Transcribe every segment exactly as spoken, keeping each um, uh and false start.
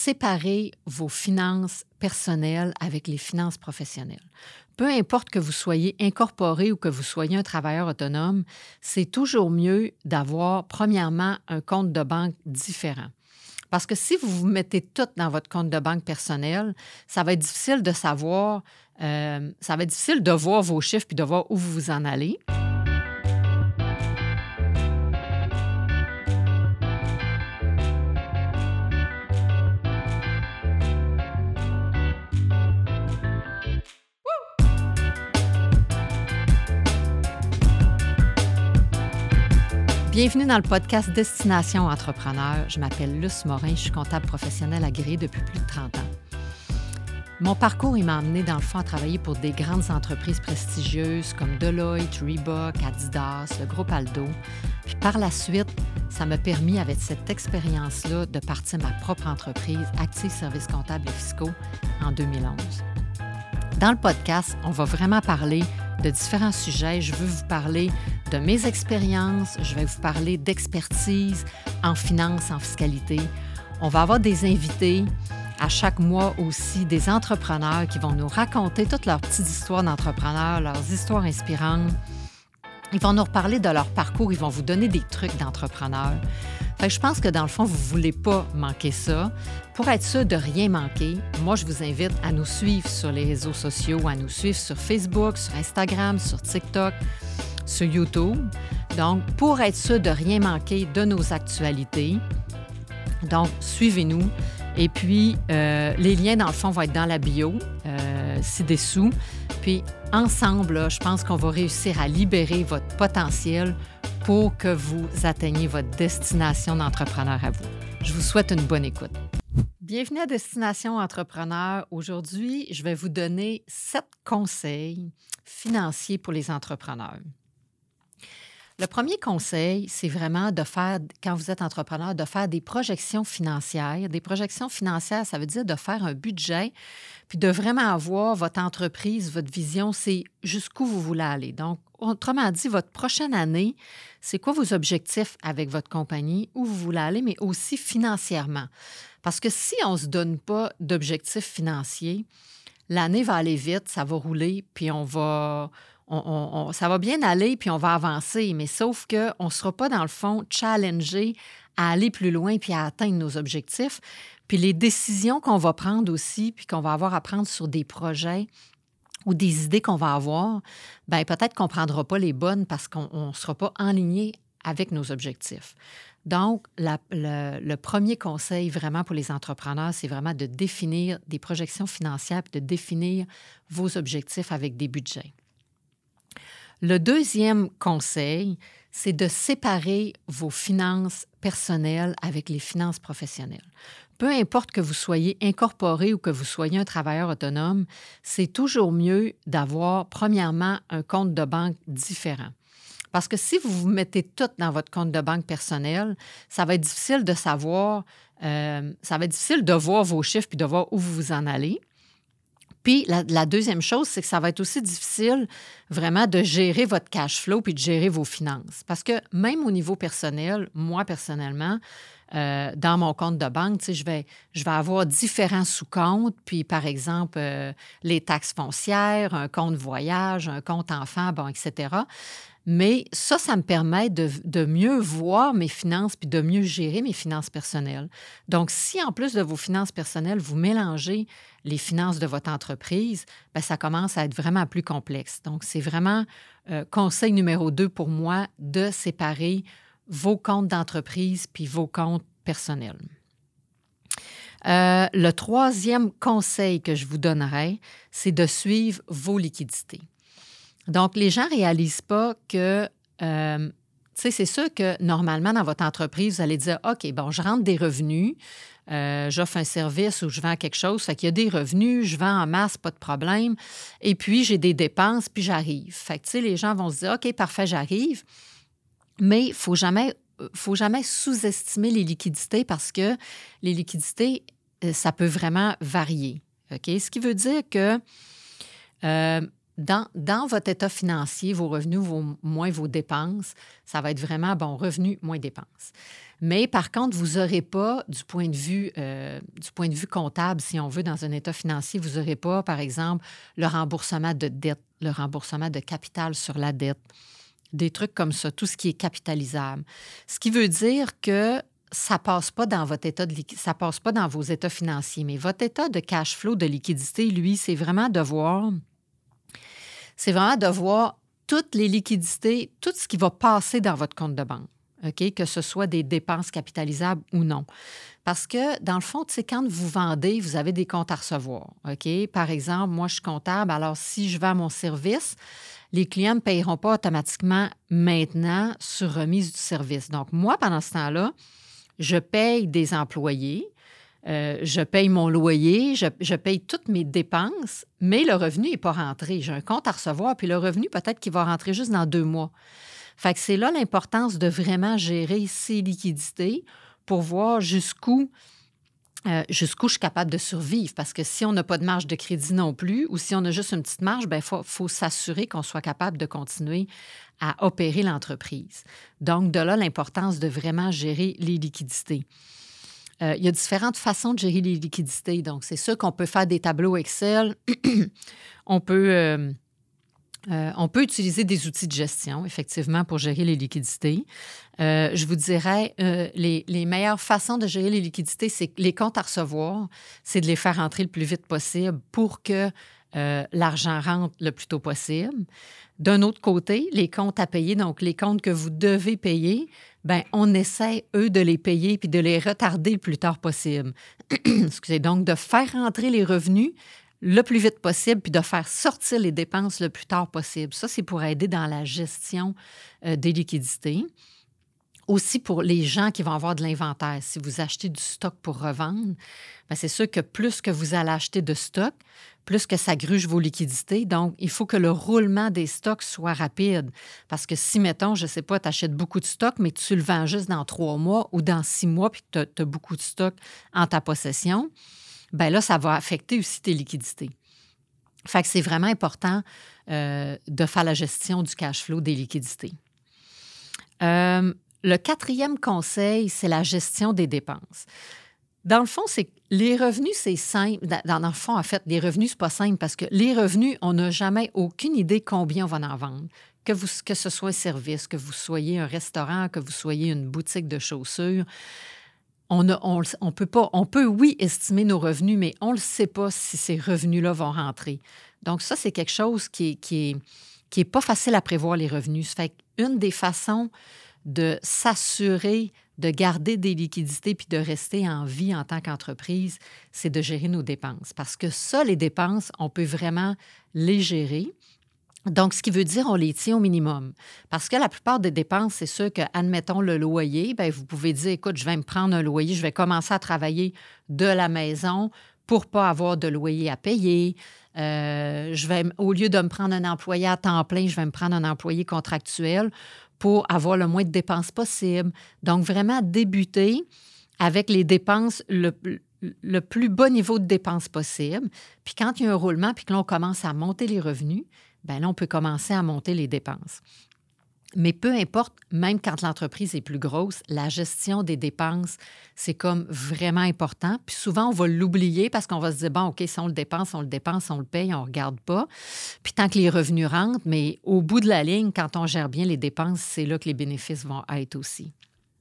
séparer vos finances personnelles avec les finances professionnelles. Peu importe que vous soyez incorporé ou que vous soyez un travailleur autonome, c'est toujours mieux d'avoir, premièrement, un compte de banque différent. Parce que si vous vous mettez tout dans votre compte de banque personnel, ça va être difficile de savoir, euh, ça va être difficile de voir vos chiffres puis de voir où vous vous en allez. Bienvenue dans le podcast Destination Entrepreneur. Je m'appelle Luce Morin, je suis comptable professionnelle agréée depuis plus de trente ans. Mon parcours, il m'a amené dans le fond à travailler pour des grandes entreprises prestigieuses comme Deloitte, Reebok, Adidas, le groupe Aldo. Puis par la suite, ça m'a permis, avec cette expérience-là, de partir ma propre entreprise, Active Services comptables et fiscaux, en deux mille onze. Dans le podcast, on va vraiment parler de différents sujets. Je veux vous parler de mes expériences, je vais vous parler d'expertise en finance, en fiscalité. On va avoir des invités à chaque mois aussi, des entrepreneurs qui vont nous raconter toutes leurs petites histoires d'entrepreneurs, leurs histoires inspirantes. Ils vont nous reparler de leur parcours, ils vont vous donner des trucs d'entrepreneurs. Fait que je pense que dans le fond, vous ne voulez pas manquer ça. Pour être sûr de rien manquer, moi, je vous invite à nous suivre sur les réseaux sociaux, à nous suivre sur Facebook, sur Instagram, sur TikTok, sur YouTube. Donc, pour être sûr de rien manquer de nos actualités, donc, suivez-nous. Et puis, euh, les liens, dans le fond, vont être dans la bio, euh, ci-dessous. Puis, ensemble, là, je pense qu'on va réussir à libérer votre potentiel pour que vous atteigniez votre destination d'entrepreneur à vous. Je vous souhaite une bonne écoute. Bienvenue à Destination Entrepreneur. Aujourd'hui, je vais vous donner sept conseils financiers pour les entrepreneurs. Le premier conseil, c'est vraiment de faire, quand vous êtes entrepreneur, de faire des projections financières. Des projections financières, ça veut dire de faire un budget, puis de vraiment avoir votre entreprise, votre vision, c'est jusqu'où vous voulez aller. Donc, autrement dit, votre prochaine année, c'est quoi vos objectifs avec votre compagnie, où vous voulez aller, mais aussi financièrement. Parce que si on ne se donne pas d'objectifs financiers, l'année va aller vite, ça va rouler, puis on va... On, on, on, ça va bien aller, puis on va avancer, mais sauf qu'on ne sera pas, dans le fond, challengé à aller plus loin puis à atteindre nos objectifs. Puis les décisions qu'on va prendre aussi, puis qu'on va avoir à prendre sur des projets ou des idées qu'on va avoir, bien peut-être qu'on ne prendra pas les bonnes parce qu'on ne sera pas aligné avec nos objectifs. Donc, la, le, le premier conseil vraiment pour les entrepreneurs, c'est vraiment de définir des projections financières puis de définir vos objectifs avec des budgets. Le deuxième conseil, c'est de séparer vos finances personnelles avec les finances professionnelles. Peu importe que vous soyez incorporé ou que vous soyez un travailleur autonome, c'est toujours mieux d'avoir, premièrement, un compte de banque différent. Parce que si vous vous mettez tout dans votre compte de banque personnel, ça va être difficile de savoir, euh, ça va être difficile de voir vos chiffres puis de voir où vous vous en allez. Puis, la, la deuxième chose, c'est que ça va être aussi difficile vraiment de gérer votre cash flow puis de gérer vos finances. Parce que même au niveau personnel, moi, personnellement, euh, dans mon compte de banque, tu sais, je vais, je vais avoir différents sous-comptes. Puis, par exemple, euh, les taxes foncières, un compte voyage, un compte enfant, bon, et cetera. Mais ça, ça me permet de, de mieux voir mes finances puis de mieux gérer mes finances personnelles. Donc, si en plus de vos finances personnelles, vous mélangez les finances de votre entreprise, bien, ça commence à être vraiment plus complexe. Donc, c'est vraiment euh, conseil numéro deux pour moi de séparer vos comptes d'entreprise puis vos comptes personnels. Euh, le troisième conseil que je vous donnerais, c'est de suivre vos liquidités. Donc, les gens ne réalisent pas que, euh, tu sais, c'est sûr que normalement, dans votre entreprise, vous allez dire, OK, bon, je rentre des revenus, euh, j'offre un service ou je vends quelque chose, fait qu'il y a des revenus, je vends en masse, pas de problème, et puis j'ai des dépenses, puis j'arrive. Fait que, tu sais, les gens vont se dire, OK, parfait, j'arrive, mais il ne faut jamais, faut jamais sous-estimer les liquidités parce que les liquidités, ça peut vraiment varier, OK? Ce qui veut dire que... Euh, dans, dans votre état financier, vos revenus vos, moins vos dépenses, ça va être vraiment, bon, revenus moins dépenses. Mais par contre, vous n'aurez pas, du point de vue, euh, du point de vue comptable, si on veut, dans un état financier, vous n'aurez pas, par exemple, le remboursement de dette, le remboursement de capital sur la dette, des trucs comme ça, tout ce qui est capitalisable. Ce qui veut dire que ça passe pas dans votre état de liqui- ça passe pas dans vos états financiers, mais votre état de cash flow, de liquidité, lui, c'est vraiment de voir, c'est vraiment de voir toutes les liquidités, tout ce qui va passer dans votre compte de banque. OK? Que ce soit des dépenses capitalisables ou non. Parce que, dans le fond, tu sais, quand vous vendez, vous avez des comptes à recevoir. OK? Par exemple, moi, je suis comptable, alors si je vends mon service, les clients ne paieront pas automatiquement maintenant sur remise du service. Donc, moi, pendant ce temps-là, je paye des employés, euh, je paye mon loyer, je, je paye toutes mes dépenses, mais le revenu n'est pas rentré. J'ai un compte à recevoir, puis le revenu, peut-être qu'il va rentrer juste dans deux mois. Fait que c'est là l'importance de vraiment gérer ses liquidités pour voir jusqu'où, euh, jusqu'où je suis capable de survivre. Parce que si on n'a pas de marge de crédit non plus, ou si on a juste une petite marge, bien, il faut, faut s'assurer qu'on soit capable de continuer à opérer l'entreprise. Donc, de là, l'importance de vraiment gérer les liquidités. Euh, il y a différentes façons de gérer les liquidités. Donc, c'est sûr qu'on peut faire des tableaux Excel. on peut... Euh, Euh, on peut utiliser des outils de gestion, effectivement, pour gérer les liquidités. Euh, je vous dirais, euh, les, les meilleures façons de gérer les liquidités, c'est que les comptes à recevoir, c'est de les faire rentrer le plus vite possible pour que euh, l'argent rentre le plus tôt possible. D'un autre côté, les comptes à payer, donc les comptes que vous devez payer, bien, on essaie, eux, de les payer puis de les retarder le plus tard possible. Excusez, donc de faire rentrer les revenus le plus vite possible, puis de faire sortir les dépenses le plus tard possible. Ça, c'est pour aider dans la gestion euh, des liquidités. Aussi pour les gens qui vont avoir de l'inventaire. Si vous achetez du stock pour revendre, bien, c'est sûr que plus que vous allez acheter de stock, plus que ça gruge vos liquidités. Donc, il faut que le roulement des stocks soit rapide. Parce que si, mettons, je ne sais pas, tu achètes beaucoup de stock, mais tu le vends juste dans trois mois ou dans six mois, puis que tu as beaucoup de stock en ta possession, bien là, ça va affecter aussi tes liquidités. Fait que c'est vraiment important euh, de faire la gestion du cash flow des liquidités. Euh, le quatrième conseil, c'est la gestion des dépenses. Dans le fond, c'est que les revenus, c'est simple. Dans, dans le fond, en fait, les revenus, c'est pas simple parce que les revenus, on n'a jamais aucune idée combien on va en vendre. Que, vous, que ce soit un service, que vous soyez un restaurant, que vous soyez une boutique de chaussures, On, a, on, on peut pas, on peut, oui, estimer nos revenus, mais on ne le sait pas si ces revenus-là vont rentrer. Donc, ça, c'est quelque chose qui est, qui est, qui est pas facile à prévoir, les revenus. Ça fait qu'une des façons de s'assurer de garder des liquidités puis de rester en vie en tant qu'entreprise, c'est de gérer nos dépenses. Parce que ça, les dépenses, on peut vraiment les gérer. Donc, ce qui veut dire on les tient au minimum. Parce que la plupart des dépenses, c'est sûr que, admettons, le loyer, bien, vous pouvez dire, écoute, je vais me prendre un loyer, je vais commencer à travailler de la maison pour ne pas avoir de loyer à payer. Euh, je vais, au lieu de me prendre un employé à temps plein, je vais me prendre un employé contractuel pour avoir le moins de dépenses possible. Donc, vraiment débuter avec les dépenses, le, le plus bas niveau de dépenses possible. Puis quand il y a un roulement, puis que là, on commence à monter les revenus, bien là, on peut commencer à monter les dépenses. Mais peu importe, même quand l'entreprise est plus grosse, la gestion des dépenses, c'est comme vraiment important. Puis souvent, on va l'oublier parce qu'on va se dire, bon, OK, si on le dépense, on le dépense, on le paye, on ne regarde pas. Puis tant que les revenus rentrent, mais au bout de la ligne, quand on gère bien les dépenses, c'est là que les bénéfices vont être aussi.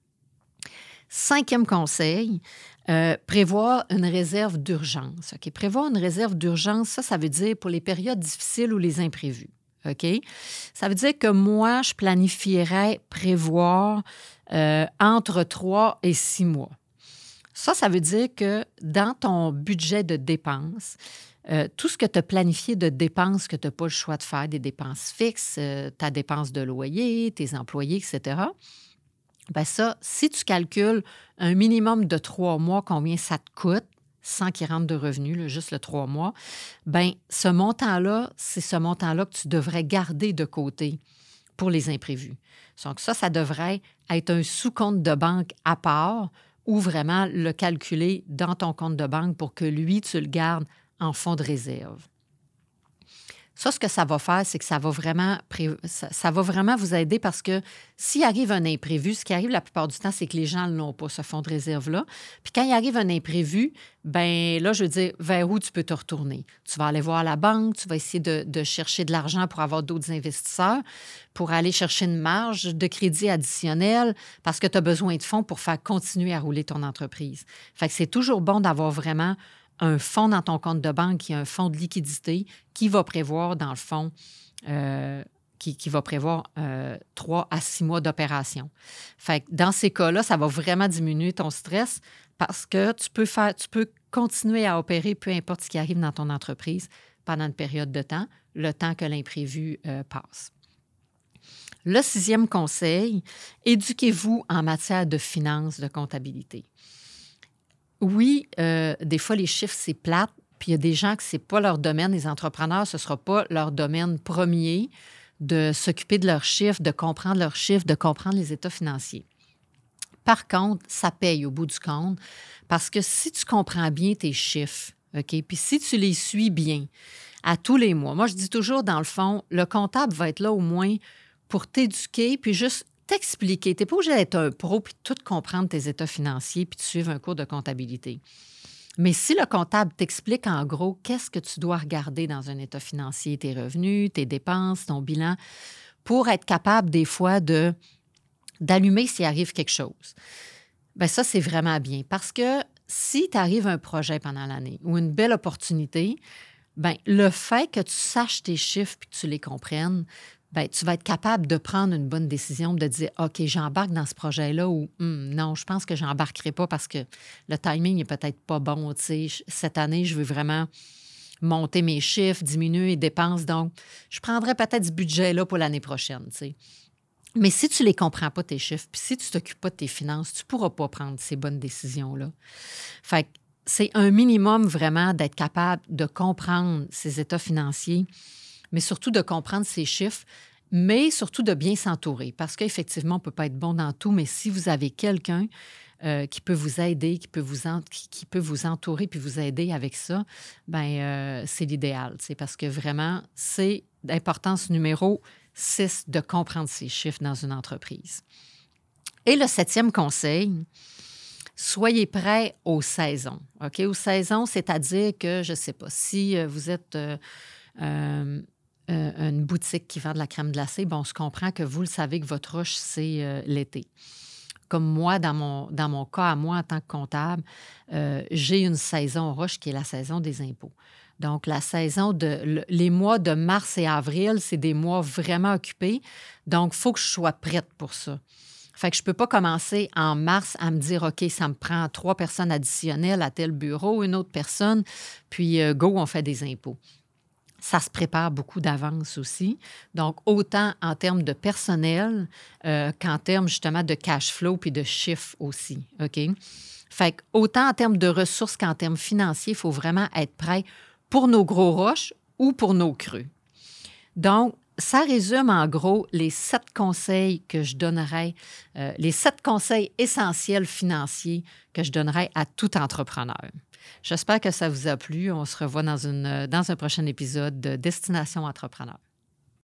Cinquième conseil, euh, prévoir une réserve d'urgence. OK? Prévoir une réserve d'urgence, ça, ça veut dire pour les périodes difficiles ou les imprévus. OK? Ça veut dire que moi, je planifierais prévoir euh, entre trois et six mois. Ça, ça veut dire que dans ton budget de dépenses, euh, tout ce que tu as planifié de dépenses que tu n'as pas le choix de faire, des dépenses fixes, euh, ta dépense de loyer, tes employés, et cetera, bien ça, si tu calcules un minimum de trois mois, combien ça te coûte, sans qu'il rentre de revenus, là, juste le trois mois, bien, ce montant-là, c'est ce montant-là que tu devrais garder de côté pour les imprévus. Donc ça, ça devrait être un sous-compte de banque à part ou vraiment le calculer dans ton compte de banque pour que lui, tu le gardes en fonds de réserve. Ça, ce que ça va faire, c'est que ça va vraiment, pré... ça, ça va vraiment vous aider parce que s'il arrive un imprévu, ce qui arrive la plupart du temps, c'est que les gens ne l'ont pas, ce fonds de réserve-là. Puis quand il arrive un imprévu, bien là, je veux dire, vers où tu peux te retourner? Tu vas aller voir la banque, tu vas essayer de, de chercher de l'argent pour avoir d'autres investisseurs, pour aller chercher une marge de crédit additionnelle parce que tu as besoin de fonds pour faire continuer à rouler ton entreprise. Fait que c'est toujours bon d'avoir vraiment un fonds dans ton compte de banque qui est un fonds de liquidité qui va prévoir, dans le fond, euh, qui, qui va prévoir euh, trois à six mois d'opération. Fait que dans ces cas-là, ça va vraiment diminuer ton stress parce que tu peux faire, tu peux continuer à opérer peu importe ce qui arrive dans ton entreprise pendant une période de temps, le temps que l'imprévu euh, passe. Le sixième conseil, éduquez-vous en matière de finances, de comptabilité. Oui, euh, des fois, les chiffres, c'est plate, puis il y a des gens que ce n'est pas leur domaine. Les entrepreneurs, ce ne sera pas leur domaine premier de s'occuper de leurs chiffres, de comprendre leurs chiffres, de comprendre les états financiers. Par contre, ça paye au bout du compte parce que si tu comprends bien tes chiffres, OK, puis si tu les suis bien à tous les mois, moi, je dis toujours, dans le fond, le comptable va être là au moins pour t'éduquer, puis juste t'expliquer. Tu n'es pas obligé d'être un pro puis de tout comprendre tes états financiers puis de suivre un cours de comptabilité. Mais si le comptable t'explique en gros qu'est-ce que tu dois regarder dans un état financier, tes revenus, tes dépenses, ton bilan, pour être capable des fois de, d'allumer s'il arrive quelque chose, bien ça, c'est vraiment bien. Parce que si t'arrive un projet pendant l'année ou une belle opportunité, bien le fait que tu saches tes chiffres puis que tu les comprennes, bien, tu vas être capable de prendre une bonne décision, de dire « OK, j'embarque dans ce projet-là » ou hm, « Non, je pense que je n'embarquerai pas parce que le timing n'est peut-être pas bon. Tu sais, cette année, je veux vraiment monter mes chiffres, diminuer mes dépenses. Donc, je prendrai peut-être ce budget-là pour l'année prochaine. » Tu sais. Mais si tu ne les comprends pas, tes chiffres, puis si tu ne t'occupes pas de tes finances, tu ne pourras pas prendre ces bonnes décisions-là. Fait que c'est un minimum vraiment d'être capable de comprendre ces états financiers, mais surtout de comprendre ces chiffres, mais surtout de bien s'entourer. Parce qu'effectivement, on ne peut pas être bon dans tout, mais si vous avez quelqu'un euh, qui peut vous aider, qui peut vous, en, qui, qui peut vous entourer puis vous aider avec ça, bien, euh, c'est l'idéal. Parce que vraiment, c'est l'importance numéro six de comprendre ces chiffres dans une entreprise. Et le septième conseil, soyez prêts aux saisons. OK? Aux saisons, c'est-à-dire que, je ne sais pas, si vous êtes... Euh, euh, Euh, une boutique qui vend de la crème glacée, bon, on se comprend que vous le savez que votre rush, c'est euh, l'été. Comme moi, dans mon, dans mon cas, à moi, en tant que comptable, euh, j'ai une saison rush qui est la saison des impôts. Donc, la saison de... Le, les mois de mars et avril, c'est des mois vraiment occupés. Donc, il faut que je sois prête pour ça. Fait que je ne peux pas commencer en mars à me dire, OK, ça me prend trois personnes additionnelles à tel bureau, une autre personne, puis euh, go, on fait des impôts. Ça se prépare beaucoup d'avance aussi. Donc, autant en termes de personnel euh, qu'en termes justement de cash flow puis de chiffres aussi. OK? Fait que autant en termes de ressources qu'en termes financiers, il faut vraiment être prêt pour nos gros roches ou pour nos creux. Donc, ça résume en gros les sept conseils que je donnerais, euh, les sept conseils essentiels financiers que je donnerais à tout entrepreneur. J'espère que ça vous a plu. On se revoit dans, une, dans un prochain épisode de Destination Entrepreneur.